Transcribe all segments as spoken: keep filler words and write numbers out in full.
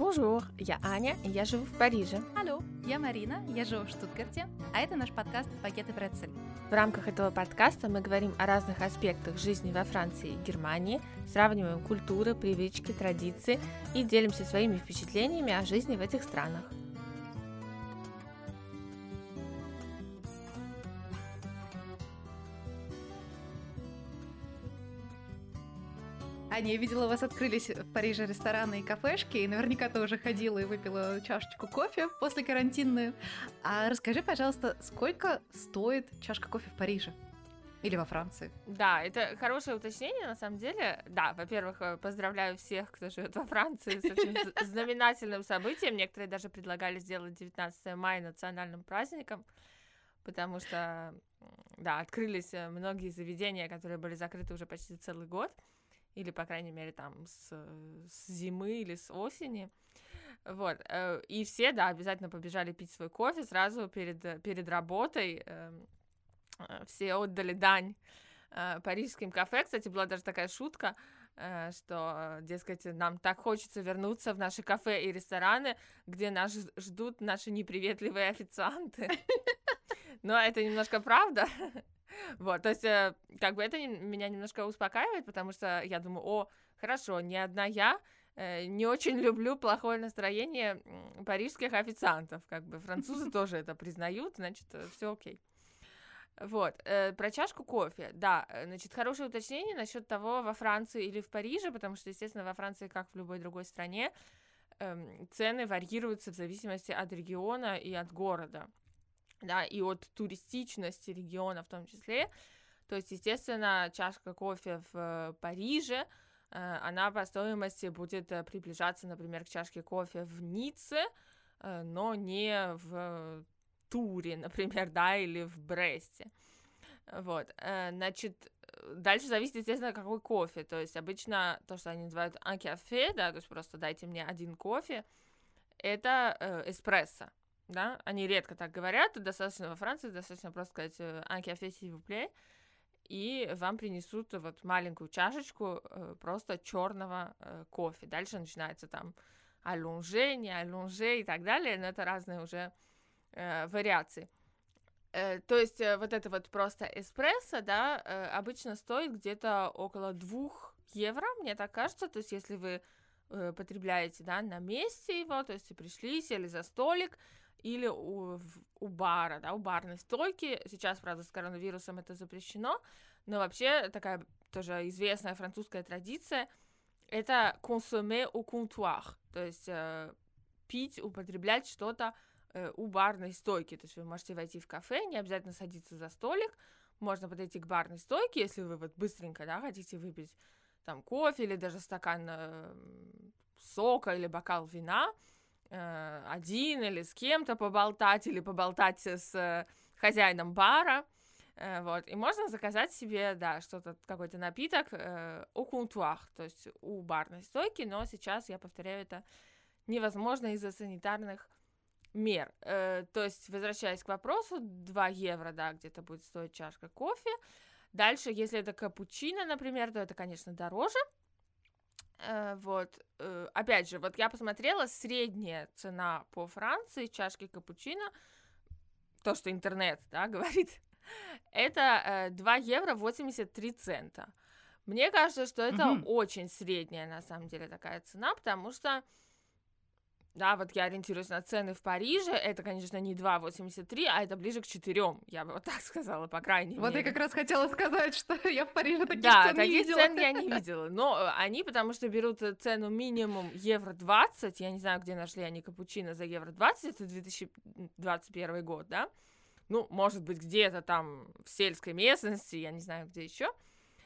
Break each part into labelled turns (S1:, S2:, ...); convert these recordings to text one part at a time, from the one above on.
S1: Бонжур, я Аня, и я живу в Париже.
S2: Алло, я Марина, я живу в Штутгарте, а это наш подкаст «Пакеты Брецель».
S1: В рамках этого подкаста мы говорим о разных аспектах жизни во Франции и Германии, сравниваем культуры, привычки, традиции и делимся своими впечатлениями о жизни в этих странах.
S2: Аня, я видела, у вас открылись в Париже рестораны и кафешки, и наверняка ты уже ходила и выпила чашечку кофе после карантинную. А расскажи, пожалуйста, сколько стоит чашка кофе в Париже? Или во Франции?
S1: Да, это хорошее уточнение, на самом деле. Да, во-первых, поздравляю всех, кто живет во Франции с этим знаменательным событием. Некоторые даже предлагали сделать девятнадцатое мая национальным праздником, потому что, да, открылись многие заведения, которые были закрыты уже почти целый год. Или, по крайней мере, там с, с зимы или с осени. Вот. И все, да, обязательно побежали пить свой кофе сразу перед, перед работой. Все отдали дань парижским кафе. Кстати, была даже такая шутка, что, дескать, нам так хочется вернуться в наши кафе и рестораны, где нас ждут наши неприветливые официанты. Но это немножко правда. Вот, то есть, э, как бы это меня немножко успокаивает, потому что я думаю, о, хорошо, не одна я э, не очень люблю плохое настроение парижских официантов, как бы французы тоже это признают, значит, все окей. Вот, э, про чашку кофе, да, значит, хорошее уточнение насчет того, во Франции или в Париже, потому что, естественно, во Франции, как в любой другой стране, э, цены варьируются в зависимости от региона и от города. Да, и от туристичности региона в том числе. То есть, естественно, чашка кофе в Париже, э, она по стоимости будет приближаться, например, к чашке кофе в Ницце, э, но не в Туре, например, да, или в Бресте. Вот, э, значит, дальше зависит, естественно, какой кофе. То есть, обычно то, что они называют un café, да, то есть просто дайте мне один кофе, это э, эспрессо. Да, они редко так говорят, достаточно во Франции, достаточно просто сказать un café s'il vous plaît, и вам принесут вот маленькую чашечку э, просто черного э, кофе. Дальше начинается там аллонже, не аллонже и так далее, но это разные уже э, вариации. Э, то есть э, вот это вот просто эспрессо, да, э, обычно стоит где-то около двух евро, мне так кажется, то есть если вы э, потребляете, да, на месте его, то есть пришли, сели за столик, или у, у бара, да, у барной стойки. Сейчас, правда, с коронавирусом это запрещено, но вообще такая тоже известная французская традиция — это consommer au comptoir, то есть э, пить, употреблять что-то э, у барной стойки. То есть вы можете войти в кафе, не обязательно садиться за столик, можно подойти к барной стойке, если вы вот быстренько, да, хотите выпить там кофе или даже стакан э, сока или бокал вина, один или с кем-то поболтать, или поболтать с хозяином бара, вот, и можно заказать себе, да, что-то, какой-то напиток au comptoir, то есть у барной стойки, но сейчас, я повторяю, это невозможно из-за санитарных мер. То есть, возвращаясь к вопросу, два евро, да, где-то будет стоить чашка кофе. Дальше, если это капучино, например, то это, конечно, дороже. Uh, вот, uh, опять же, вот я посмотрела, средняя цена по Франции чашки капучино, то, что интернет, да, говорит, это uh, два евро восемьдесят три цента. Мне кажется, что это mm-hmm. очень средняя, на самом деле, такая цена, потому что, да, вот я ориентируюсь на цены в Париже, это, конечно, не два восемьдесят три, а это ближе к четырем, я бы вот так сказала, по крайней
S2: вот
S1: мере.
S2: Вот я как раз хотела сказать, что я в Париже таких
S1: да,
S2: цен не видела.
S1: Да, таких цен я не видела, но они, потому что берут цену минимум евро двадцать, я не знаю, где нашли они капучино за евро двадцать, это две тысячи двадцать первый год, да, ну, может быть, где-то там в сельской местности, я не знаю, где еще,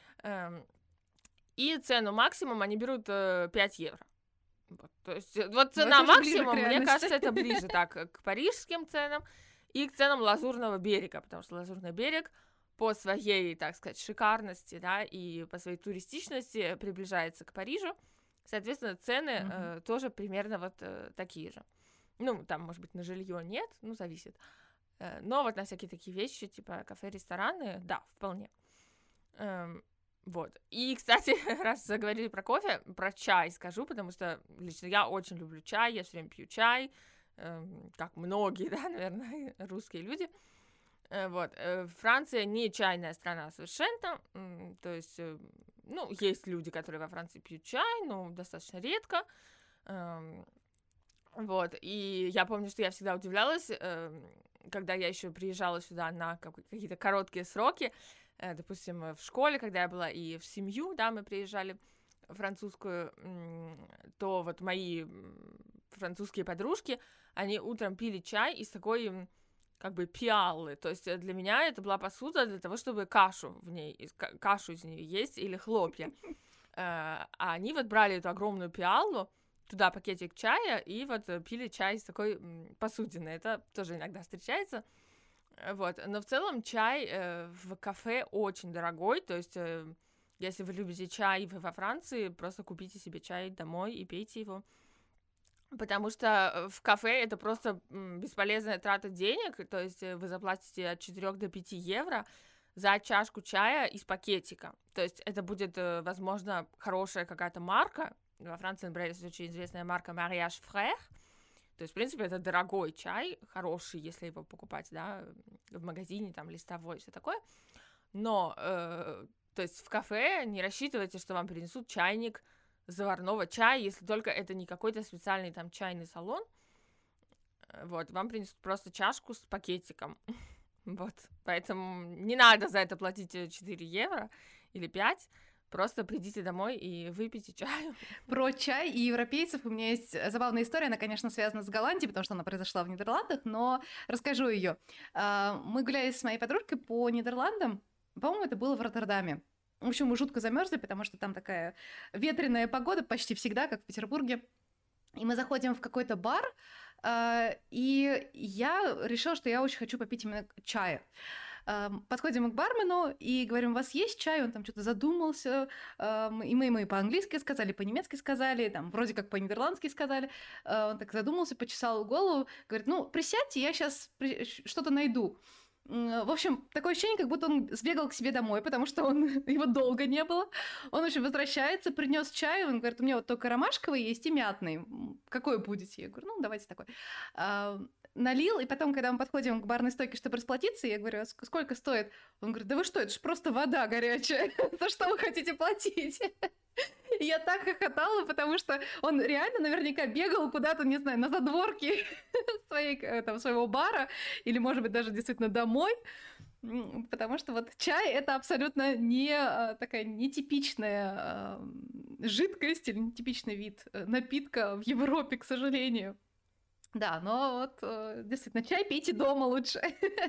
S1: и цену максимум они берут пять евро. Вот, то есть, вот цена максимум, мне кажется, это ближе так к парижским ценам и к ценам Лазурного берега, потому что Лазурный берег по своей, так сказать, шикарности, да, и по своей туристичности приближается к Парижу. Соответственно, цены mm-hmm. э, тоже примерно вот э, такие же. Ну, там, может быть, на жилье нет, ну, зависит. Э, но вот на всякие такие вещи, типа кафе, рестораны, да, вполне. Э, Вот. И, кстати, раз заговорили про кофе, про чай скажу, потому что лично я очень люблю чай, я все время пью чай, эм, как многие, да, наверное, русские люди. Э, Вот. э, Франция не чайная страна совершенно, м, то есть, э, ну, есть люди, которые во Франции пьют чай, но достаточно редко. Эм, Вот. И я помню, что я всегда удивлялась, эм, когда я еще приезжала сюда на как- какие-то короткие сроки, э, допустим, э, в школе, когда я была, и в семью, да, мы приезжали французскую, м, то вот мои м, французские подружки, они утром пили чай из такой, м, как бы, пиалы, то есть э, для меня это была посуда для того, чтобы кашу в ней, из- ка- кашу из нее есть или хлопья. Э, А они вот брали эту огромную пиалу, туда пакетик чая, и вот э, пили чай из такой м, посудины. Это тоже иногда встречается. Э, Вот. Но в целом чай э, в кафе очень дорогой, то есть э, если вы любите чай, и вы во Франции, просто купите себе чай домой и пейте его. Потому что э, в кафе это просто м, бесполезная трата денег, то есть э, вы заплатите от четырёх до пяти евро за чашку чая из пакетика. То есть это будет, э, возможно, хорошая какая-то марка. Во Франции, например, есть очень известная марка Mariage Frère. То есть, в принципе, это дорогой чай, хороший, если его покупать, да, в магазине, там, листовой, все такое. Но, э, то есть, в кафе не рассчитывайте, что вам принесут чайник заварного чая, если только это не какой-то специальный там чайный салон. Э, Вот, вам принесут просто чашку с пакетиком. Вот, поэтому не надо за это платить э, четыре евро или пять. Просто придите домой и выпейте чаю.
S2: Про чай и европейцев у меня есть забавная история. Она, конечно, связана с Голландией, потому что она произошла в Нидерландах, но расскажу ее. Мы гуляли с моей подружкой по Нидерландам. По-моему, это было в Роттердаме. В общем, мы жутко замерзли, потому что там такая ветреная погода почти всегда, как в Петербурге. И мы заходим в какой-то бар, а, и я решила, что я очень хочу попить именно чая. Ам, Подходим мы к бармену и говорим, у вас есть чай? Он там что-то задумался, ам, и мы ему и по-английски сказали, и по-немецки сказали, там вроде как по-нидерландски сказали. А, Он так задумался, почесал голову, говорит, ну, присядьте, я сейчас что-то найду. М, В общем, такое ощущение, как будто он сбегал к себе домой, потому что он, его долго не было. Он, в общем, возвращается, принес чай, он говорит, у меня вот только ромашковый есть и мятный. М, Какой будете? Я говорю, ну, давайте такой. А, Налил, и потом, когда мы подходим к барной стойке, чтобы расплатиться, я говорю, а ск- сколько стоит? Он говорит, да вы что, это же просто вода горячая. За что вы хотите платить? И я так хохотала, потому что он реально наверняка бегал куда-то, не знаю, на задворке своей, э, там, своего бара, или, может быть, даже действительно домой, М, потому что вот чай — это абсолютно не а, такая нетипичная а, м, жидкость или нетипичный вид э, напитка в Европе, к сожалению. Да, но вот э, действительно, чай пейте дома лучше.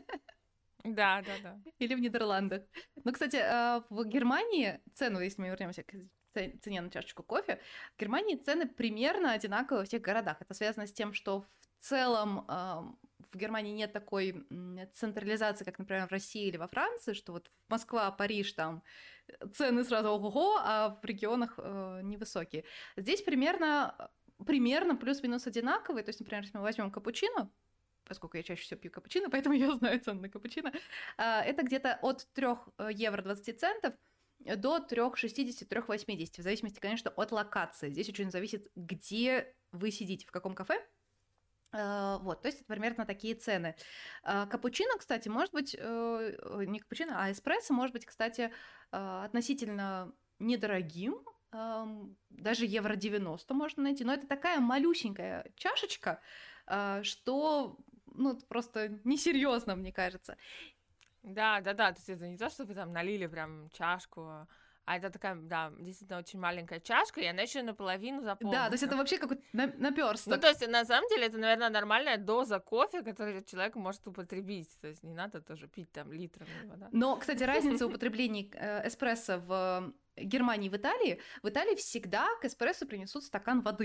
S1: Да, да, да.
S2: Или в Нидерландах. Ну, кстати, а, в Германии цену, если мы вернемся к ц- цене на чашечку кофе, в Германии цены примерно одинаковые во всех городах. Это связано с тем, что в целом ам, в Германии нет такой м, централизации, как, например, в России или во Франции, что вот Москва, Париж, там э, цены сразу ого-го, а в регионах э, невысокие. Здесь примерно, примерно плюс-минус одинаковые. То есть, например, если мы возьмем капучино, поскольку я чаще всего пью капучино, поэтому я знаю цену на капучино, а, это где-то от трёх евро двадцать центов до трёх шестидесяти, трёх восьмидесяти, в зависимости, конечно, от локации. Здесь очень зависит, где вы сидите, в каком кафе. А, Вот, то есть это примерно такие цены. А, Капучино, кстати, может быть, э, не капучино, а эспрессо может быть, кстати, а, относительно недорогим, ам, даже евро девяносто можно найти, но это такая малюсенькая чашечка, а, что, ну, это просто несерьезно, мне кажется.
S1: Да, да, да, то есть это не то, что вы там налили прям чашку, а это такая, да, действительно очень маленькая чашка, и она еще наполовину
S2: Да, то есть это
S1: заполнена.
S2: вообще какой-то на-
S1: Ну,
S2: наперсток.
S1: то есть, на самом деле, это, наверное, нормальная доза кофе, которую человек может употребить. То есть не надо тоже пить там литрами его, да?
S2: Но, кстати, разница употребления э, эспрессо в Германии и в Италии. В Италии всегда к эспрессо принесут стакан воды,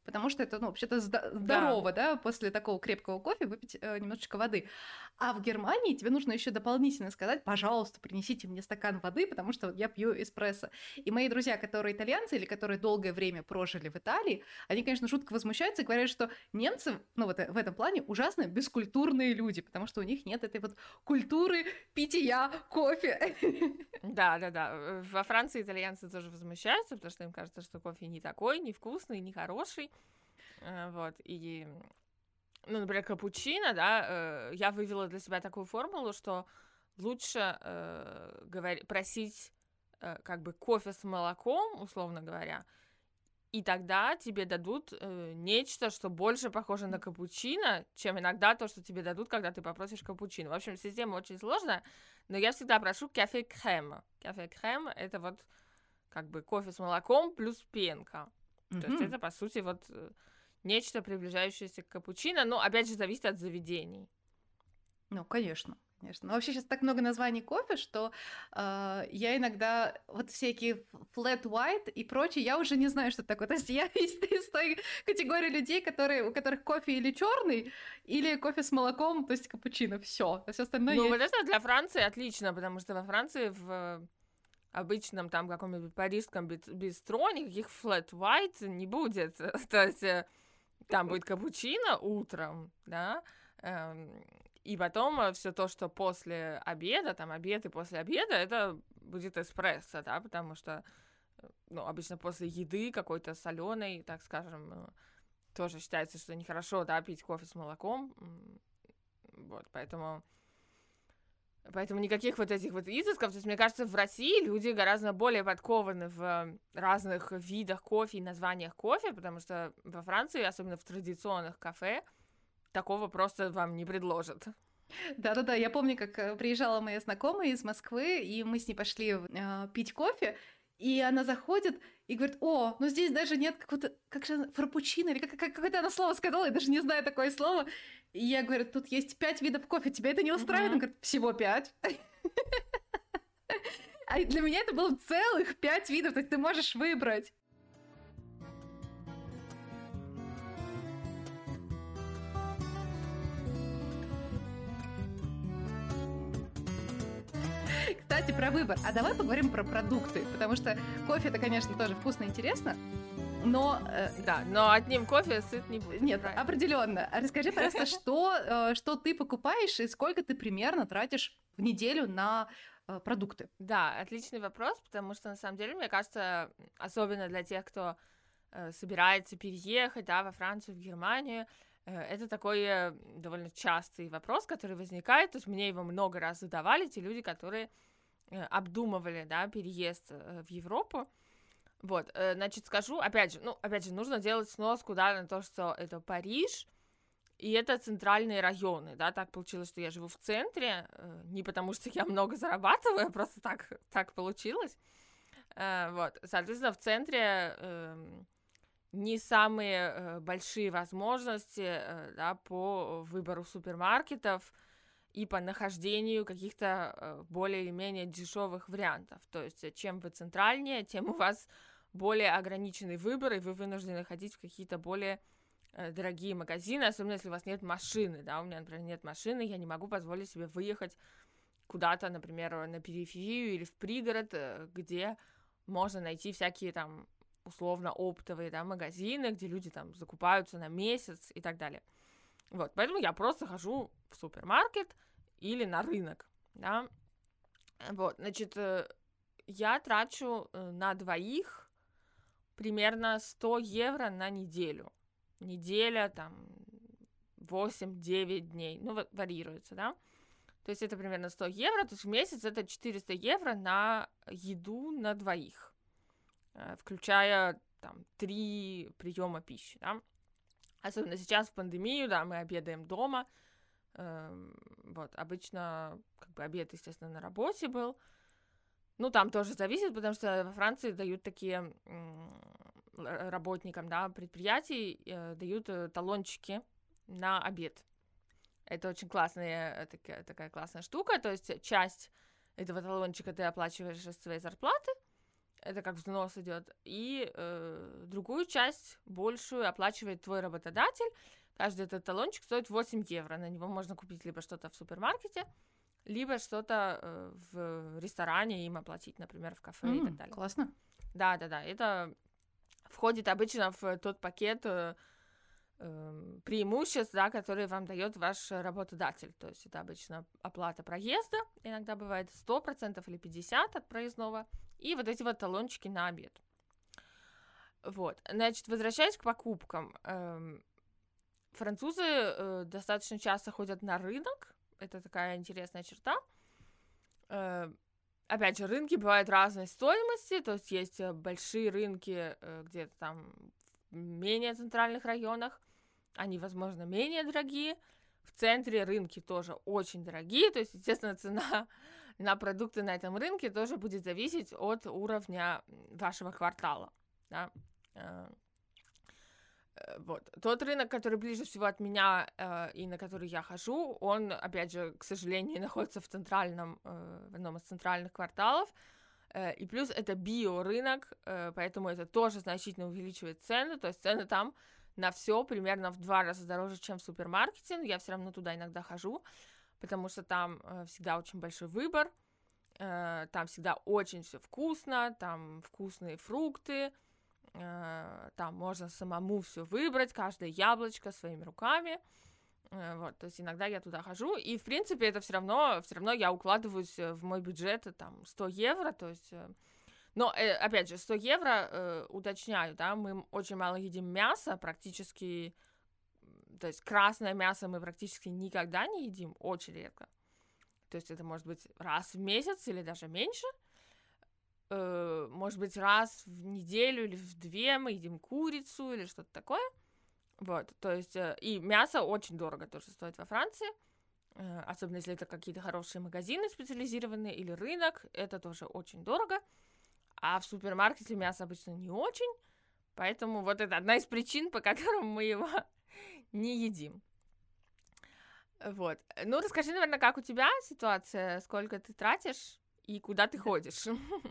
S2: потому что это, ну, вообще-то зда- здорово, да. да, после такого крепкого кофе выпить э, немножечко воды. А в Германии тебе нужно еще дополнительно сказать, пожалуйста, принесите мне стакан воды, потому что я пью эспрессо. И мои друзья, которые итальянцы или которые долгое время прожили в Италии, они, конечно, жутко возмущаются и говорят, что немцы, ну, вот в этом плане ужасно бескультурные люди, потому что у них нет этой вот культуры питья кофе.
S1: Да, да, да. Во Франции итальянцы тоже возмущаются, потому что им кажется, что кофе не такой, невкусный, нехороший. Вот. И, ну, например, капучино, да, я вывела для себя такую формулу, что лучше э, говор- просить э, как бы кофе с молоком, условно говоря, и тогда тебе дадут э, нечто, что больше похоже на капучино, чем иногда то, что тебе дадут, когда ты попросишь капучино. В общем, система очень сложная, но я всегда прошу кафе-крем. Кафе-крем — это вот как бы кофе с молоком плюс пенка. Mm-hmm. То есть это, по сути, вот нечто, приближающееся к капучино, но, опять же, зависит от заведений.
S2: Ну, конечно. Конечно. Но вообще сейчас так много названий кофе, что э, я иногда вот всякие flat white и прочее, я уже не знаю, что это такое. То есть я из, из той категории людей, которые, у которых кофе или черный, или кофе с молоком, то есть капучино. Все. А все остальное.
S1: Ну,
S2: я...
S1: вот это для Франции отлично, потому что во Франции в обычном там каком-нибудь парижском бистро никаких flat white не будет. То есть там будет капучино утром, да. И потом все то, что после обеда, там обед и после обеда, это будет эспрессо, да, потому что, ну, обычно после еды какой-то соленой, так скажем, тоже считается, что нехорошо, да, пить кофе с молоком, вот, поэтому, поэтому никаких вот этих вот изысков, то есть, мне кажется, в России люди гораздо более подкованы в разных видах кофе и названиях кофе, потому что во Франции, особенно в традиционных кафе, такого просто вам не предложат.
S2: Да-да-да, я помню, как приезжала моя знакомая из Москвы, и мы с ней пошли э, пить кофе, и она заходит и говорит: о, ну здесь даже нет какого-то, как же, фрапучино, или как, как, какое-то она слово сказала, я даже не знаю такое слово. И я говорю: тут есть пять видов кофе, тебя это не устраивает? Mm-hmm. Он говорит: всего пять. А для меня это было целых пять видов, то есть ты можешь выбрать. Кстати, про выбор. А давай поговорим про продукты, потому что кофе это, конечно, тоже вкусно и интересно, но...
S1: Э, да, но одним кофе сыт не будет.
S2: Нет, правильно. Определенно. Расскажи, пожалуйста, что, э, что ты покупаешь и сколько ты примерно тратишь в неделю на э, продукты?
S1: Да, отличный вопрос, потому что, на самом деле, мне кажется, особенно для тех, кто э, собирается переехать, да, во Францию, в Германию, это такой довольно частый вопрос, который возникает, то есть мне его много раз задавали те люди, которые обдумывали, да, переезд в Европу. Вот, значит, скажу, опять же, ну, опять же, нужно делать сноску, да, на то, что это Париж, и это центральные районы, да, так получилось, что я живу в центре, не потому что я много зарабатываю, а просто так, так получилось, вот, соответственно, в центре не самые э, большие возможности э, да, по выбору супермаркетов и по нахождению каких-то э, более или менее дешевых вариантов. То есть чем вы центральнее, тем у вас более ограниченный выбор, и вы вынуждены ходить в какие-то более э, дорогие магазины, особенно если у вас нет машины. Да? У меня, например, нет машины, я не могу позволить себе выехать куда-то, например, на периферию или в пригород, э, где можно найти всякие там условно оптовые, да, магазины, где люди там закупаются на месяц и так далее. Вот, поэтому я просто хожу в супермаркет или на рынок, да. Вот, значит, я трачу на двоих примерно сто евро на неделю. Неделя, там, восемь-девять дней, ну, варьируется, да. То есть это примерно сто евро, то есть в месяц это четыреста евро на еду на двоих, включая там три приема пищи, да. Особенно сейчас в пандемию, да, мы обедаем дома. Эм, вот, обычно как бы обед, естественно, на работе был. Ну, там тоже зависит, потому что во Франции дают такие м- работникам, да, предприятий, э, дают э, талончики на обед. Это очень классная, такая, такая классная штука, то есть часть этого талончика ты оплачиваешь из своей зарплаты, это как взнос идет, и э, другую часть, большую, оплачивает твой работодатель. Каждый этот талончик стоит восемь евро. На него можно купить либо что-то в супермаркете, либо что-то э, в ресторане им оплатить, например, в кафе
S2: Mm,
S1: и так далее.
S2: классно.
S1: Да-да-да, это входит обычно в тот пакет э, э, преимуществ, да, которые вам дает ваш работодатель. То есть это обычно оплата проезда, иногда бывает сто процентов или пятьдесят процентов от проездного, и вот эти вот талончики на обед. Вот, значит, возвращаясь к покупкам. Эм, французы э, достаточно часто ходят на рынок, это такая интересная черта. Э, опять же, рынки бывают разной стоимости, то есть есть большие рынки э, где-то там в менее центральных районах, они, возможно, менее дорогие. В центре рынки тоже очень дорогие, то есть, естественно, цена на продукты на этом рынке тоже будет зависеть от уровня вашего квартала. Да? Вот. Тот рынок, который ближе всего от меня э, и на который я хожу, он, опять же, к сожалению, находится в центральном, э, в одном из центральных кварталов. Э, и плюс это биорынок, э, поэтому это тоже значительно увеличивает цены. То есть цены там на все примерно в два раза дороже, чем в супермаркете. Но я все равно туда иногда хожу, потому что там э, всегда очень большой выбор. Э, там всегда очень все вкусно, там вкусные фрукты. Там можно самому все выбрать, каждое яблочко своими руками. Вот, то есть иногда я туда хожу, и в принципе это все равно, все равно я укладываюсь в мой бюджет там сто евро, то есть, но опять же сто евро, уточняю, да, мы очень мало едим мясо, практически, то есть красное мясо мы практически никогда не едим, очень редко, то есть это может быть раз в месяц или даже меньше. Может быть, раз в неделю или в две мы едим курицу или что-то такое. Вот, то есть, и мясо очень дорого тоже стоит во Франции, особенно если это какие-то хорошие магазины специализированные или рынок, это тоже очень дорого. А в супермаркете мясо обычно не очень, поэтому вот это одна из причин, по которым мы его не едим. Вот. Ну, расскажи, наверное, как у тебя ситуация, сколько ты тратишь и куда ты ходишь?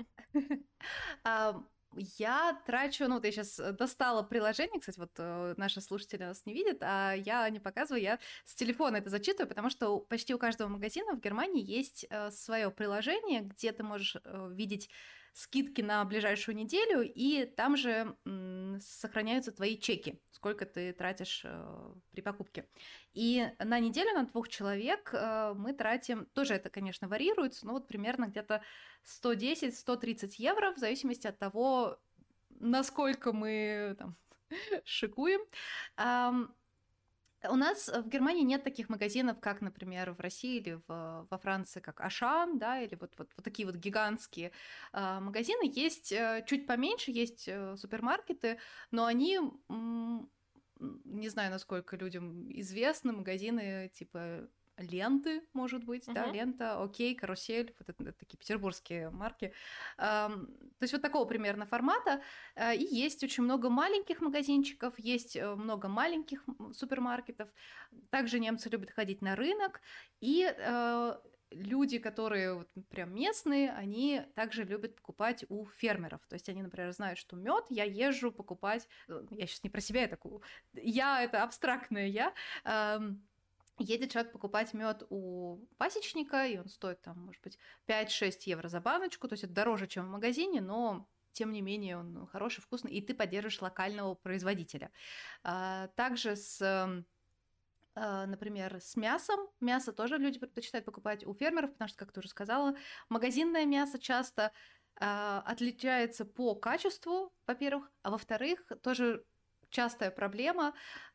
S2: Я трачу, ну вот я сейчас достала приложение, кстати, вот наши слушатели нас не видят, а я не показываю, я с телефона это зачитываю, потому что почти у каждого магазина в Германии есть свое приложение, где ты можешь видеть скидки на ближайшую неделю, и там же м, сохраняются твои чеки, сколько ты тратишь э, при покупке. И на неделю на двух человек э, мы тратим, тоже это, конечно, варьируется, но вот примерно где-то сто десять - сто тридцать евро, в зависимости от того, насколько мы там шикуем. Um, У нас в Германии нет таких магазинов, как, например, в России или в, во Франции, как Ашан, да, или вот, вот, вот такие вот гигантские э, магазины. Есть э, чуть поменьше, есть э, супермаркеты, но они, м, не знаю, насколько людям известны, магазины типа Ленты, может быть, uh-huh. да, Лента, Окей, Карусель, вот это, это такие петербургские марки. Um, то есть вот такого примерно формата. Uh, и есть очень много маленьких магазинчиков, есть много маленьких супермаркетов. Также немцы любят ходить на рынок. И uh, люди, которые вот прям местные, они также любят покупать у фермеров. То есть они, например, знают, что мед я езжу покупать. Я сейчас не про себя, я такую. Я это абстрактное я. Um, Едет человек покупать мед у пасечника, и он стоит там, может быть, пять-шесть евро за баночку, то есть это дороже, чем в магазине, но тем не менее он хороший, вкусный, и ты поддержишь локального производителя. Также с, например, с мясом. Мясо тоже люди предпочитают покупать у фермеров, потому что, как ты уже сказала, магазинное мясо часто отличается по качеству, во-первых, а во-вторых, тоже частая проблема,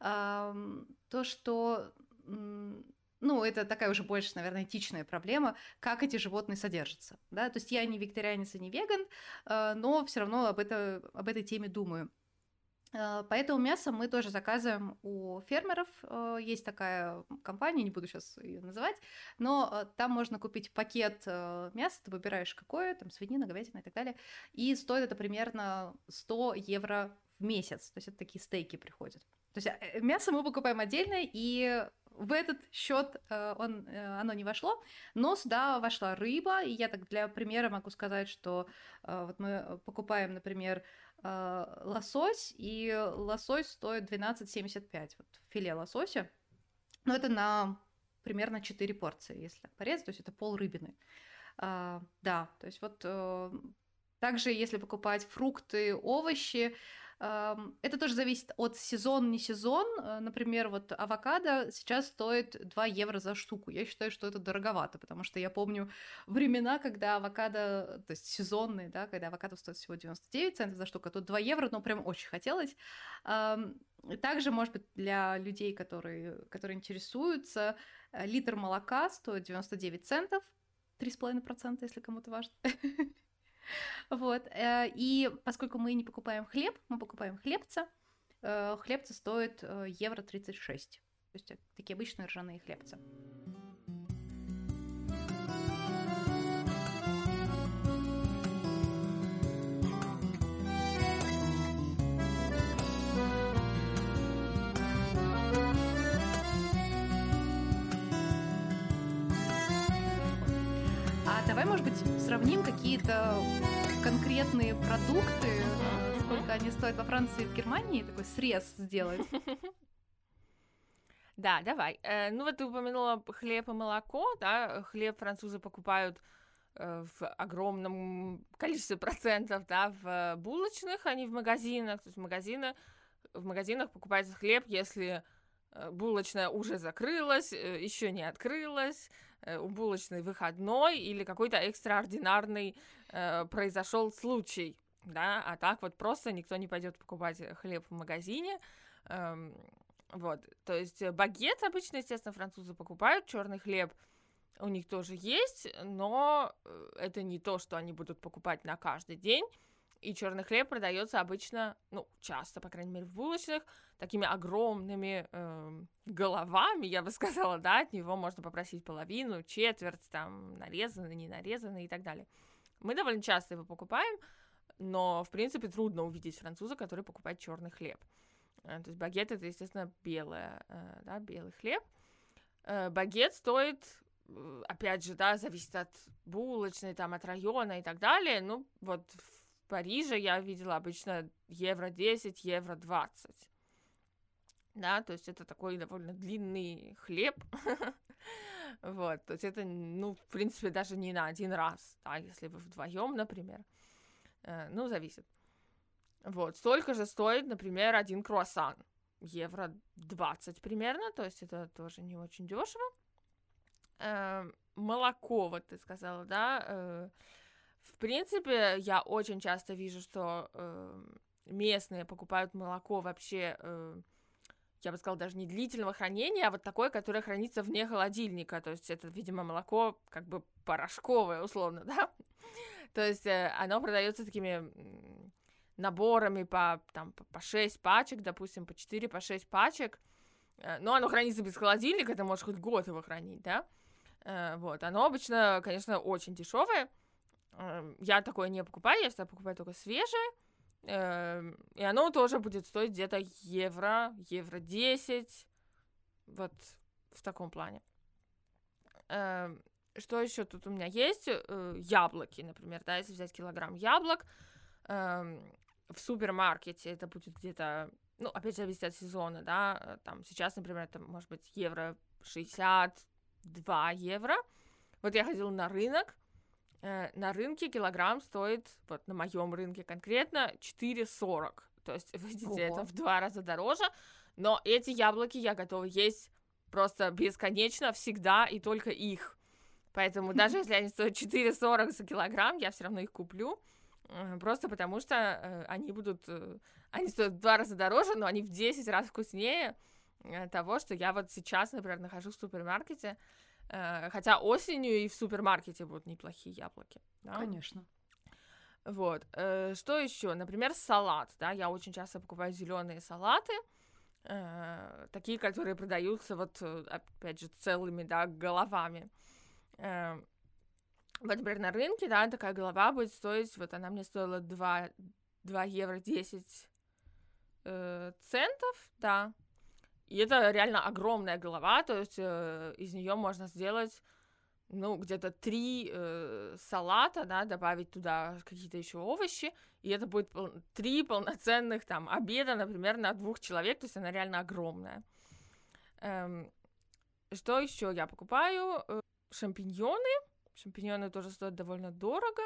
S2: то, что ну, это такая уже больше, наверное, этичная проблема, как эти животные содержатся, да, то есть я не вегетарианец и не веган, но все равно об, это, об этой теме думаю. Поэтому мясо мы тоже заказываем у фермеров, есть такая компания, не буду сейчас ее называть, но там можно купить пакет мяса, ты выбираешь какое, там свинина, говядина и так далее, и стоит это примерно сто евро в месяц, то есть это такие стейки приходят. То есть мясо мы покупаем отдельно, и в этот счет э, он, э, оно не вошло, но сюда вошла рыба, и я так для примера могу сказать, что э, вот мы покупаем, например, э, лосось, и лосось стоит двенадцать семьдесят пять, вот филе лосося, но это на примерно четыре порции, если так порезать, то есть это пол рыбины. А, да, то есть вот э, также если покупать фрукты, овощи, это тоже зависит от сезон, не сезон. Например, вот авокадо сейчас стоит два евро за штуку. Я считаю, что это дороговато, потому что я помню времена, когда авокадо, то есть сезонные, да, когда авокадо стоит всего девяносто девять центов за штуку, а тут два евро, но прям очень хотелось. Также, может быть, для людей, которые, которые интересуются, литр молока стоит девяносто девять центов, три с половиной процента, если кому-то важно. Вот, и поскольку мы не покупаем хлеб, мы покупаем хлебца, хлебцы стоят евро тридцать шесть, то есть такие обычные ржаные хлебцы. Давай, может быть, сравним какие-то конкретные продукты, сколько они стоят во Франции и в Германии, такой срез сделать.
S1: Да, давай. Ну вот ты упомянула хлеб и молоко, да, хлеб французы покупают в огромном количестве процентов, да, в булочных, а не в магазинах, то есть в магазинах, в магазинах покупается хлеб, если булочная уже закрылась, еще не открылась, у булочной выходной или какой-то экстраординарный э, произошел случай, да, а так вот просто никто не пойдет покупать хлеб в магазине, эм, вот, то есть багет обычно, естественно, французы покупают, черный хлеб у них тоже есть, но это не то, что они будут покупать на каждый день. И черный хлеб продается обычно, ну, часто, по крайней мере, в булочных, такими огромными э, головами, я бы сказала, да, от него можно попросить половину, четверть, там, нарезанный, не нарезанный и так далее. Мы довольно часто его покупаем, но, в принципе, трудно увидеть француза, который покупает черный хлеб. Э, то есть багет — это, естественно, белое, э, да, белый хлеб. Э, багет стоит, опять же, да, зависит от булочной, там, от района и так далее, ну, вот в Париже я видела обычно евро десять, евро двадцать. Да, то есть это такой довольно длинный хлеб. Вот, то есть это, ну, в принципе, даже не на один раз, да, если вы вдвоем, например. Ну, зависит. Вот, столько же стоит, например, один круассан. Евро двадцать примерно, то есть это тоже не очень дешево. Молоко, вот ты сказала, да. В принципе, я очень часто вижу, что э, местные покупают молоко вообще, э, я бы сказала, даже не длительного хранения, а вот такое, которое хранится вне холодильника. То есть это, видимо, молоко как бы порошковое, условно, да? То есть э, оно продается такими наборами по, там, по шесть пачек, допустим, по четыре, по шесть пачек. Э, но оно хранится без холодильника, ты можешь хоть год его хранить, да? Э, вот, оно обычно, конечно, очень дешевое. Я такое не покупаю, я всегда покупаю только свежее, и оно тоже будет стоить где-то евро, евро десять, вот в таком плане. Что еще тут у меня есть? Яблоки, например, да, если взять килограмм яблок, в супермаркете это будет где-то, ну, опять же, зависит от сезона, да, там сейчас, например, это может быть евро шестьдесят два евро. Вот я ходила на рынок, на рынке килограмм стоит, вот на моем рынке конкретно, четыре сорок. То есть, видите, Ого. Это в два раза дороже. Но эти яблоки я готова есть просто бесконечно, всегда и только их. Поэтому даже если они стоят четыре сорок за килограмм, я все равно их куплю. Просто потому что они будут... Они стоят в два раза дороже, но они в десять раз вкуснее того, что я вот сейчас, например, нахожусь в супермаркете. Хотя осенью и в супермаркете будут неплохие яблоки. Да?
S2: Конечно.
S1: Вот. Что еще? Например, салат. Да? Я очень часто покупаю зеленые салаты. Такие, которые продаются, вот, опять же, целыми, да, головами. Вот, например, на рынке, да, такая голова будет стоить, вот она мне стоила два евро десять центов, да. И это реально огромная голова, то есть э, из нее можно сделать, ну, где-то три э, салата, да, добавить туда какие-то еще овощи, и это будет пол- три полноценных там обеда, например, на двух человек, то есть она реально огромная. Эм, что еще я покупаю? Э, Шампиньоны. Шампиньоны тоже стоят довольно дорого.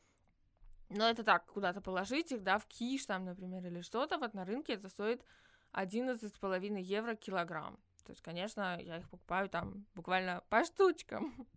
S1: Но это так, куда-то положить их, да, в киш там, например, или что-то. Вот на рынке это стоит одиннадцать с половиной евро килограмм. То есть, конечно, я их покупаю там буквально по штучкам.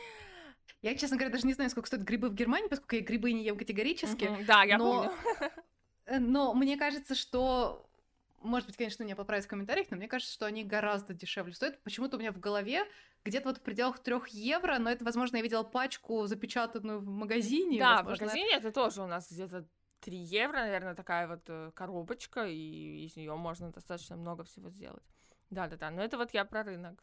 S2: Я, честно говоря, даже не знаю, сколько стоят грибы в Германии, поскольку я грибы не ем категорически.
S1: Мгм, да, я
S2: но...
S1: помню.
S2: Но мне кажется, что... Может быть, конечно, меня поправят в комментариях, но мне кажется, что они гораздо дешевле стоят. Почему-то у меня в голове где-то вот в пределах трех евро, но это, возможно, я видела пачку, запечатанную в магазине.
S1: Да,
S2: возможно...
S1: в магазине это тоже у нас где-то три евро, наверное, такая вот э, коробочка, и из нее можно достаточно много всего сделать. Да-да-да, но это вот я про рынок.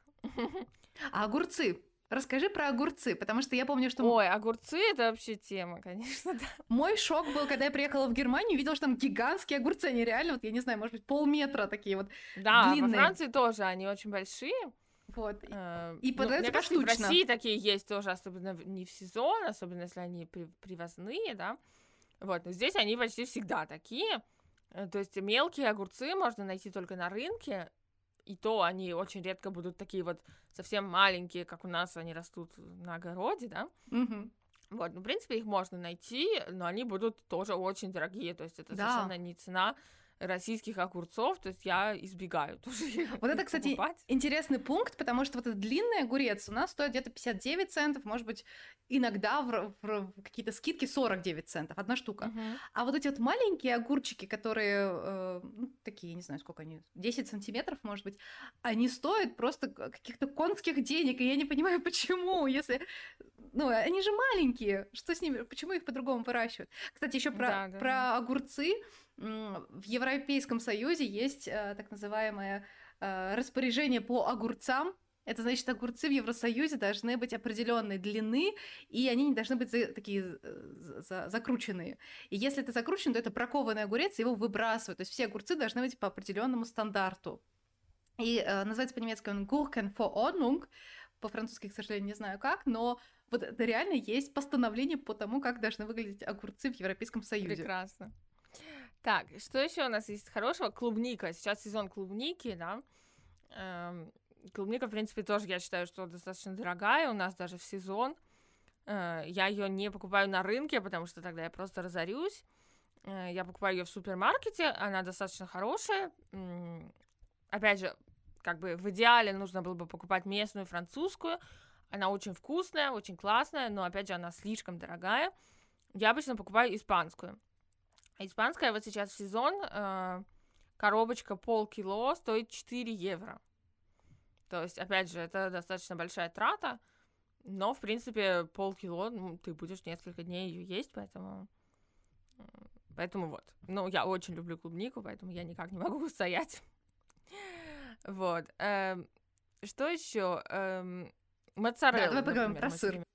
S2: А огурцы? Расскажи про огурцы, потому что я помню, что...
S1: Ой, огурцы — это вообще тема, конечно, да.
S2: Мой шок был, когда я приехала в Германию, видела, что там гигантские огурцы, они реально, вот я не знаю, может быть, полметра такие вот
S1: Да,
S2: длинные.
S1: во Франции тоже они очень большие.
S2: Вот.
S1: Э,
S2: И
S1: ну,
S2: продаются
S1: мне кажется, и в
S2: поштучно.
S1: России такие есть тоже, особенно в- не в сезон, особенно если они при- привозные, да. Вот, но здесь они почти всегда такие. Э, То есть мелкие огурцы можно найти только на рынке, и то они очень редко будут такие вот совсем маленькие, как у нас они растут на огороде, да.
S2: Мгм.
S1: Вот, ну, в принципе, их можно найти, но они будут тоже очень дорогие, то есть это
S2: Да.
S1: совершенно не цена российских огурцов, то есть я избегаю тоже их
S2: Вот это, кстати,
S1: покупать.
S2: интересный пункт, потому что вот этот длинный огурец у нас стоит где-то пятьдесят девять центов, может быть, иногда в, р- в р- в какие-то скидки сорок девять центов, одна штука.
S1: Мгм.
S2: А вот эти вот маленькие огурчики, которые, э, ну, такие, не знаю, сколько они, десять сантиметров, может быть, они стоят просто к- каких-то конских денег, и я не понимаю, почему, если... Ну, они же маленькие, что с ними, почему их по-другому выращивают? Кстати, еще про,
S1: Да, да,
S2: про
S1: да.
S2: огурцы. М, В Европейском Союзе есть э, так называемое э, распоряжение по огурцам. Это значит, огурцы в Евросоюзе должны быть определенной длины, и они не должны быть за- такие э, за- за- закрученные. И если это закручен, то это бракованный огурец, его выбрасывают. То есть все огурцы должны быть по определенному стандарту. И э, называется по-немецки он Gurkenverordnung. По-французски, к сожалению, не знаю как, но вот это реально есть постановление по тому, как должны выглядеть огурцы в Европейском Союзе.
S1: Прекрасно. Так, что еще у нас есть хорошего? Клубника. Сейчас сезон клубники, да. Эм, Клубника, в принципе, тоже, я считаю, что достаточно дорогая у нас даже в сезон. Э, Я ее не покупаю на рынке, потому что тогда я просто разорюсь. Э, Я покупаю ее в супермаркете, она достаточно хорошая. М, Опять же, как бы в идеале нужно было бы покупать местную французскую. Она очень вкусная, очень классная, но, опять же, она слишком дорогая. Я обычно покупаю испанскую. Испанская вот сейчас в сезон, э, коробочка полкило стоит четыре евро. То есть, опять же, это достаточно большая трата, но, в принципе, полкило, ну, ты будешь несколько дней ее есть, поэтому... м, Поэтому вот. Ну, я очень люблю клубнику, поэтому я никак не могу устоять. Вот. эм, Что еще? Эм, Моцарелла,
S2: Да, давай поговорим
S1: например,
S2: про
S1: мы всё
S2: сыр.
S1: время-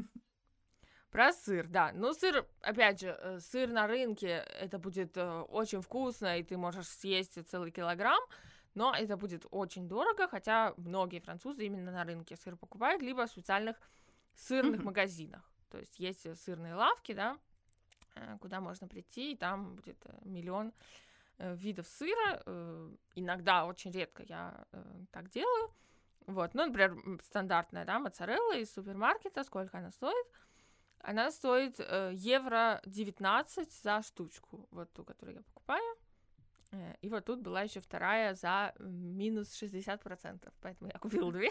S1: Про сыр, да. Ну, сыр, опять же, э, сыр на рынке, это будет э, очень вкусно, и ты можешь съесть целый килограмм, но это будет очень дорого, хотя многие французы именно на рынке сыр покупают, либо в специальных сырных
S2: Мгм.
S1: магазинах. То есть есть э, сырные лавки, да, э, куда можно прийти, и там будет э, миллион э, видов сыра. э, Иногда, очень редко я э, так делаю. Вот, ну, например, м, стандартная, да, моцарелла из супермаркета, сколько она стоит? Она стоит э, евро девятнадцать за штучку, вот ту, которую я покупаю. Э, И вот тут была еще вторая за м, минус шестьдесят процентов, поэтому я купила две.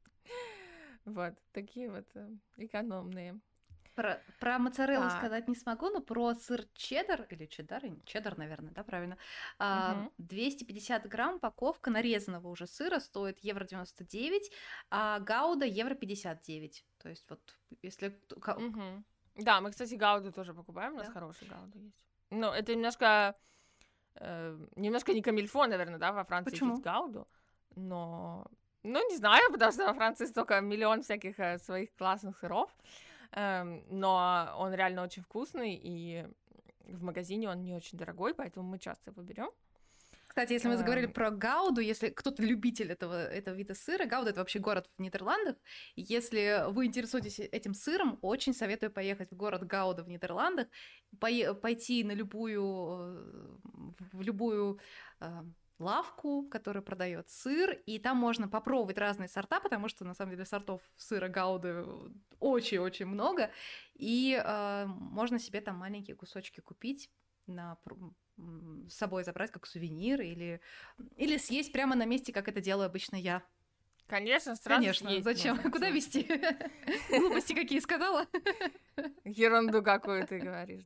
S1: Вот, такие вот э, экономные.
S2: Про, про моцареллу
S1: Так.
S2: сказать не смогу, но про сыр чеддер, или чеддер, чеддер, наверное, да, правильно, а,
S1: Мгм.
S2: двести пятьдесят грамм упаковка нарезанного уже сыра стоит евро девяносто девять, а гауда евро пятьдесят девять. То есть вот если... кто- ка-
S1: Мгм. Да, мы, кстати, гауду тоже покупаем, у нас
S2: Да.
S1: хорошая гауда есть. Ну, это немножко, э, немножко не камильфо, наверное, да, во Франции
S2: Почему?
S1: есть гауду, но, ну, не знаю, потому что во Франции столько миллион всяких э, своих классных сыров, Эм, но он реально очень вкусный, и в магазине он не очень дорогой, поэтому мы часто его берем.
S2: Кстати, если мы заговорили
S1: Эм,
S2: про Гауду, если кто-то любитель этого, этого вида сыра, Гауда — это вообще город в Нидерландах. Если вы интересуетесь этим сыром, очень советую поехать в город Гауда в Нидерландах, пое- пойти на любую, э, в любую э, лавку, которая продает сыр, и там можно попробовать разные сорта, потому что на самом деле сортов сыра Гауды очень-очень много, и э, можно себе там маленькие кусочки купить, на, пр- м, с собой забрать как сувенир или, или съесть прямо на месте, как это делаю обычно я.
S1: Конечно, сразу
S2: Конечно,
S1: съесть
S2: зачем?
S1: можно.
S2: Куда
S1: Чё?
S2: везти? Глупости какие сказала?
S1: Ерунду какую ты говоришь.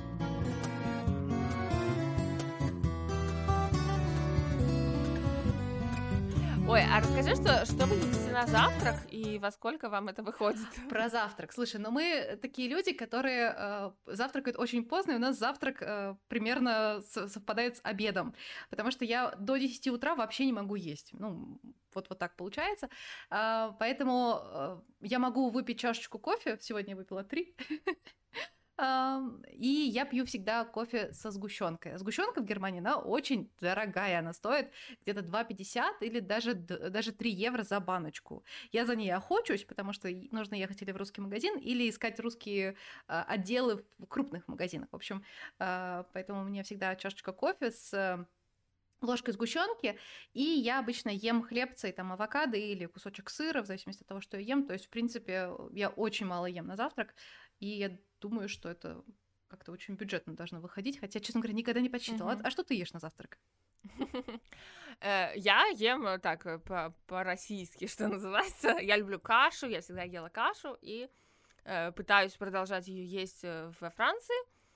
S1: Ой, а расскажи, что, что вы едите на завтрак и во сколько вам это выходит?
S2: Про завтрак. Слушай, ну мы такие люди, которые э, завтракают очень поздно, и у нас завтрак э, примерно с- совпадает с обедом, потому что я до десяти утра вообще не могу есть. Ну, вот, вот так получается. А, поэтому э, я могу выпить чашечку кофе, сегодня я выпила три, Ам, и я пью всегда кофе со сгущенкой. Сгущенка в Германии, она очень дорогая, она стоит где-то два пятьдесят или даже, д- даже три евро за баночку. Я за ней охочусь, потому что и- нужно ехать или в русский магазин, или искать русские а, отделы в крупных магазинах. В общем, а, поэтому у меня всегда чашечка кофе с э, ложкой сгущенки, и я обычно ем хлебцы и там авокадо или кусочек сыра, в зависимости от того, что я ем. То есть, в принципе, я очень мало ем на завтрак, и я думаю, что это как-то очень бюджетно должно выходить, хотя, честно говоря, никогда не подсчитывала. А,
S1: Мгм.
S2: а что ты ешь на завтрак?
S1: Э, Я ем э, так э, по- по-российски, что называется. Я люблю кашу, я всегда ела кашу и э, пытаюсь продолжать ее есть э, во Франции.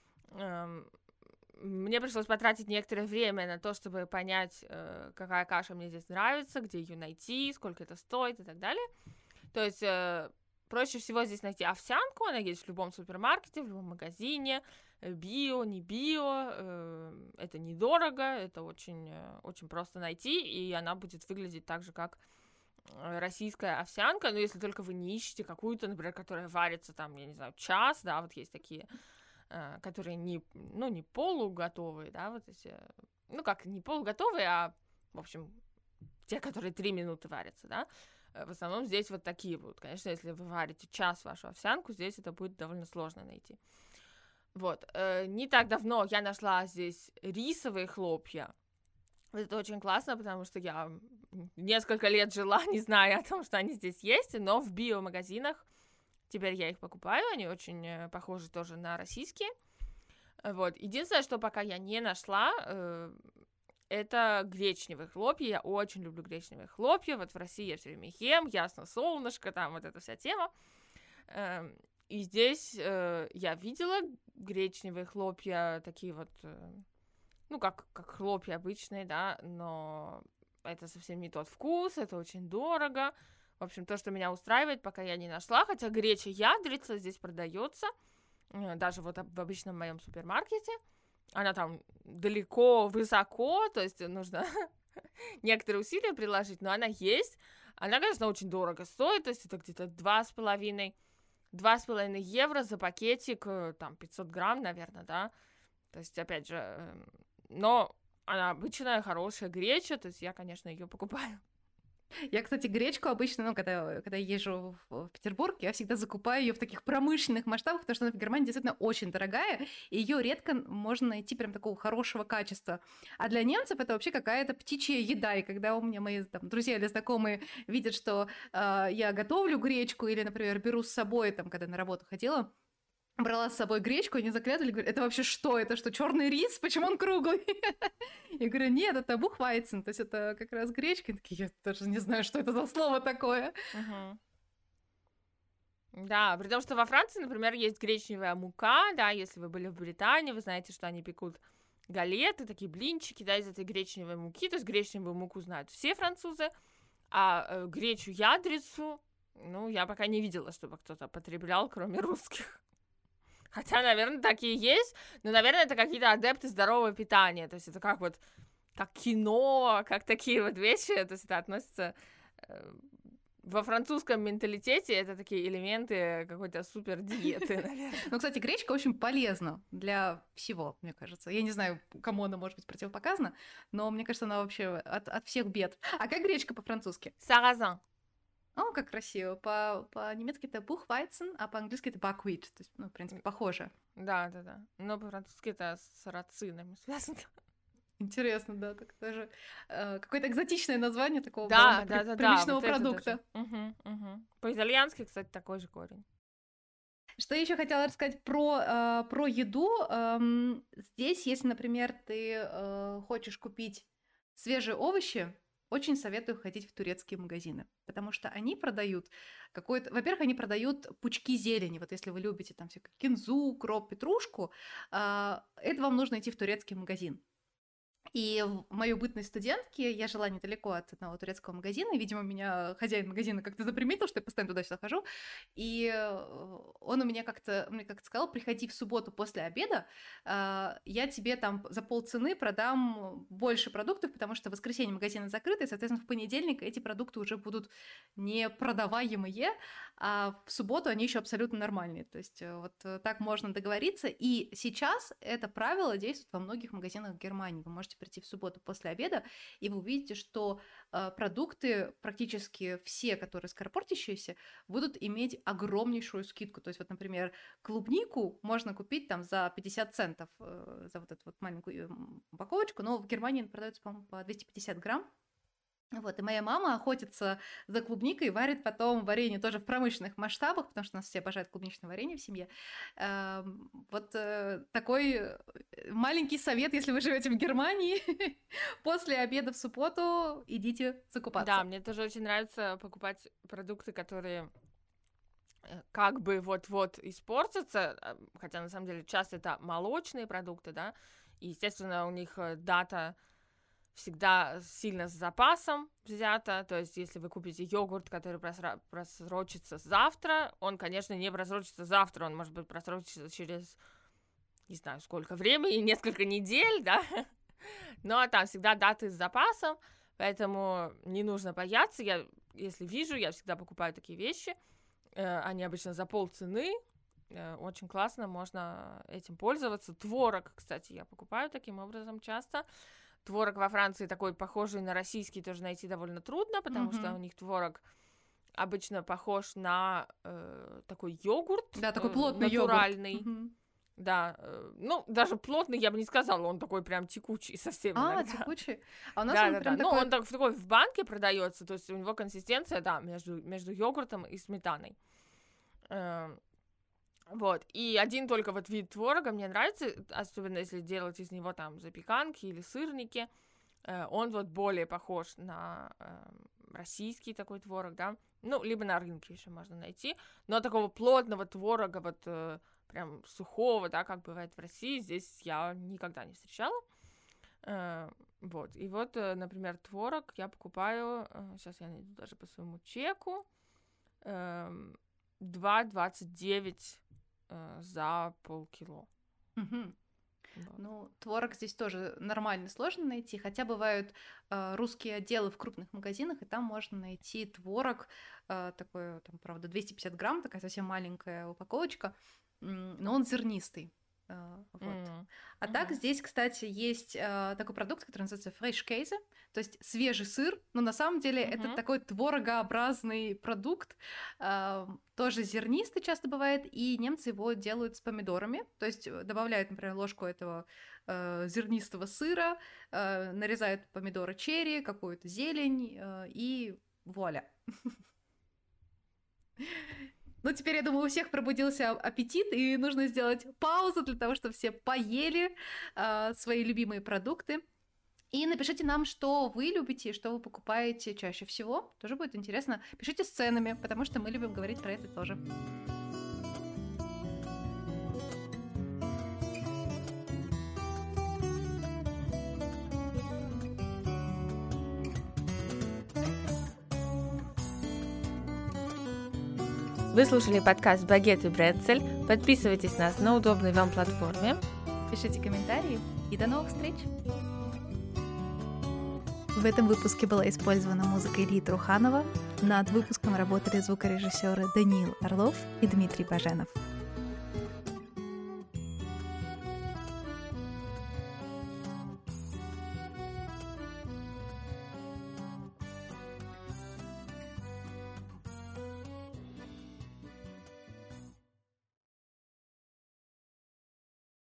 S1: Эм, Мне пришлось потратить некоторое время на то, чтобы понять, э, какая каша мне здесь нравится, где ее найти, сколько это стоит и так далее. То есть э, проще всего здесь найти овсянку, она есть в любом супермаркете, в любом магазине, э, био, не био, э, это недорого, это очень, э, очень просто найти, и она будет выглядеть так же, как э, российская овсянка, но если только вы не ищете какую-то, например, которая варится там, я не знаю, час, да, вот есть такие, э, которые не, ну, не полуготовые, да, вот эти, ну, как, не полуготовые, а, в общем, те, которые три минуты варятся, да. Э, В основном здесь вот такие будут. Конечно, если вы варите час вашу овсянку, здесь это будет довольно сложно найти. Вот. э, Не так давно я нашла здесь рисовые хлопья. Это очень классно, потому что я м, несколько лет жила, не зная о том, что они здесь есть, но в биомагазинах теперь я их покупаю, они очень э, похожи тоже на российские. Э, Вот. Единственное, что пока я не нашла, э, это гречневые хлопья. Я очень люблю гречневые хлопья. Вот в России я все время их ем, ясно, солнышко, там вот эта вся тема. Эм, И здесь э, я видела гречневые хлопья, такие вот, э, ну, как, как хлопья обычные, да, но это совсем не тот вкус, это очень дорого. В общем, то, что меня устраивает, пока я не нашла, хотя греча ядрица здесь продается, э, даже вот об- в обычном моем супермаркете. Она там далеко, высоко, то есть нужно некоторые усилия приложить, но она есть. Она, конечно, очень дорого стоит, то есть это где-то два с половиной, два с половиной евро за пакетик, э, там пятьсот грамм, наверное, да. То есть, опять же, эм, но она обычная, хорошая греча, то есть я, конечно, ее покупаю.
S2: Я, кстати, гречку обычно, ну, когда, когда я езжу в, в Петербург, я всегда закупаю ее в таких промышленных масштабах, потому что она в Германии действительно очень дорогая, и ее редко можно найти прям такого хорошего качества. А для немцев это вообще какая-то птичья еда, и когда у меня мои там, друзья или знакомые видят, что э, я готовлю гречку или, например, беру с собой, там, когда на работу ходила, брала с собой гречку, они заглядывали, говорят, это вообще что? Это что, черный рис? Почему он круглый? Я говорю, нет, это бухвайцен, то есть это как раз гречка. Они такие, я даже не знаю, что это за слово такое.
S1: Мгм. Да, при том, что во Франции, например, есть гречневая мука, да, если вы были в Британии, вы знаете, что они пекут галеты, такие блинчики, да, из этой гречневой муки, то есть гречневую муку знают все французы, а э, гречу ядрицу, ну, я пока не видела, чтобы кто-то потреблял, кроме русских. Хотя, наверное, такие есть, но, наверное, это какие-то адепты здорового питания, то есть это как вот, как кино, как такие вот вещи, то есть это относится, э, во французском менталитете это такие элементы какой-то супер диеты, наверное.
S2: Ну, кстати, гречка очень полезна для всего, мне кажется. Я не знаю, кому она может быть противопоказана, но мне кажется, она вообще от, от всех бед. А как гречка по-французски?
S1: Саразан.
S2: О, как красиво. По- По-немецки это Buchweizen, а по-английски это Buckwheat. То есть, ну, в принципе, похоже.
S1: Да, да, да. Но по-французски это с сарацинами связано.
S2: Интересно, да, так даже э, какое-то экзотичное название такого
S1: Да,
S2: довольно
S1: да,
S2: при-
S1: да, да.
S2: приличного
S1: вот это
S2: продукта.
S1: даже. Мгм, мгм. По-итальянски, кстати, такой же корень.
S2: Что я еще хотела рассказать про, э, про еду. Эм, здесь, если, например, ты э, хочешь купить свежие овощи, очень советую ходить в турецкие магазины, потому что они продают какой-то... Во-первых, они продают пучки зелени. Вот если вы любите там всякую кинзу, укроп, петрушку, э, это вам нужно идти в турецкий магазин. И в мою бытность студентки я жила недалеко от одного турецкого магазина, и, видимо, меня хозяин магазина как-то заприметил, что я постоянно туда-сюда хожу, и э, он у меня как-то, мне как-то сказал, приходи в субботу после обеда, а, я тебе там за полцены продам больше продуктов, потому что в воскресенье магазины закрыты, и, соответственно, в понедельник эти продукты уже будут не продаваемые, а в субботу они еще абсолютно нормальные. То есть э, вот э, так можно договориться, и сейчас это правило действует во многих магазинах Германии. Вы можете прийти в субботу после обеда, и вы увидите, что э, продукты, практически все, которые скоропортящиеся, будут иметь огромнейшую скидку. То есть вот, например, клубнику можно купить там за пятьдесят центов э, за вот эту вот маленькую м, упаковочку, но в Германии она продается, по-моему, по двести пятьдесят грамм. Вот, и моя мама охотится за клубникой, варит потом варенье тоже в промышленных масштабах, потому что у нас все обожают клубничное варенье в семье. Эм, Вот э, такой э, маленький совет, если вы живете в Германии, после обеда в субботу идите
S1: Да,
S2: закупаться.
S1: мне тоже очень нравится покупать продукты, которые э, как бы вот-вот испортятся, а, хотя на самом деле часто это молочные продукты, да, и, естественно, у них э, дата всегда сильно с запасом взята, то есть если вы купите йогурт, который просра- просрочится завтра, он, конечно, не просрочится завтра, он, может быть, просрочится через, не знаю, сколько времени, несколько недель, да, но там всегда даты с запасом, поэтому не нужно бояться, я, если вижу, я всегда покупаю такие вещи, э, они обычно за полцены, э, очень классно, можно этим пользоваться. Творог, кстати, я покупаю таким образом часто. Творог во Франции такой похожий на российский тоже найти довольно трудно, потому что
S2: Мгм.
S1: у них творог обычно похож на э, такой йогурт,
S2: Да, такой
S1: э,
S2: плотный йогурт.
S1: натуральный.
S2: Мгм.
S1: Да, э, ну, даже плотный я бы не сказала, он такой прям текучий совсем
S2: А,
S1: иногда.
S2: текучий. А у нас
S1: Да,
S2: он
S1: да, да.
S2: прям
S1: Ну,
S2: такой...
S1: он так, в такой в банке продается, то есть у него консистенция, да, между, между йогуртом и сметаной. Эм, Вот, и один только вот вид творога мне нравится, особенно если делать из него там запеканки или сырники, э, он вот более похож на эм, российский такой творог, да, ну, либо на рынке еще можно найти, но такого плотного творога, вот э, прям сухого, да, как бывает в России, здесь я никогда не встречала. Э, Вот, и вот, э, например, творог я покупаю, э, сейчас я найду даже по своему чеку, эм, два двадцать девять э, за полкило.
S2: Мгм.
S1: Вот.
S2: Ну, творог здесь тоже нормально сложно найти, хотя бывают э, русские отделы в крупных магазинах, и там можно найти творог, э, такой, там, правда, двести пятьдесят грамм, такая совсем маленькая упаковочка, м, но он зернистый. э, вот.
S1: М,
S2: А так
S1: мгм.
S2: здесь, кстати, есть э, такой продукт, который называется фреш-кейзе, то есть свежий сыр, но на самом деле это
S1: Мгм.
S2: такой творогообразный продукт, э, тоже зернистый часто бывает, и немцы его делают с помидорами, то есть э, добавляют, например, ложку этого э, зернистого сыра, э, нарезают помидоры черри, какую-то зелень, э, и вуаля. Ну, теперь, я думаю, у всех пробудился аппетит, и нужно сделать паузу для того, чтобы все поели э, свои любимые продукты. И напишите нам, что вы любите и что вы покупаете чаще всего. Тоже будет интересно. Пишите с ценами, потому что мы любим говорить про это тоже.
S1: Вы слушали подкаст «Багет и Брецель». Подписывайтесь на нас на удобной вам платформе.
S2: Пишите комментарии и до новых встреч! В этом выпуске была использована музыка Ильи Труханова. Над выпуском работали звукорежиссеры Даниил Орлов и Дмитрий Баженов.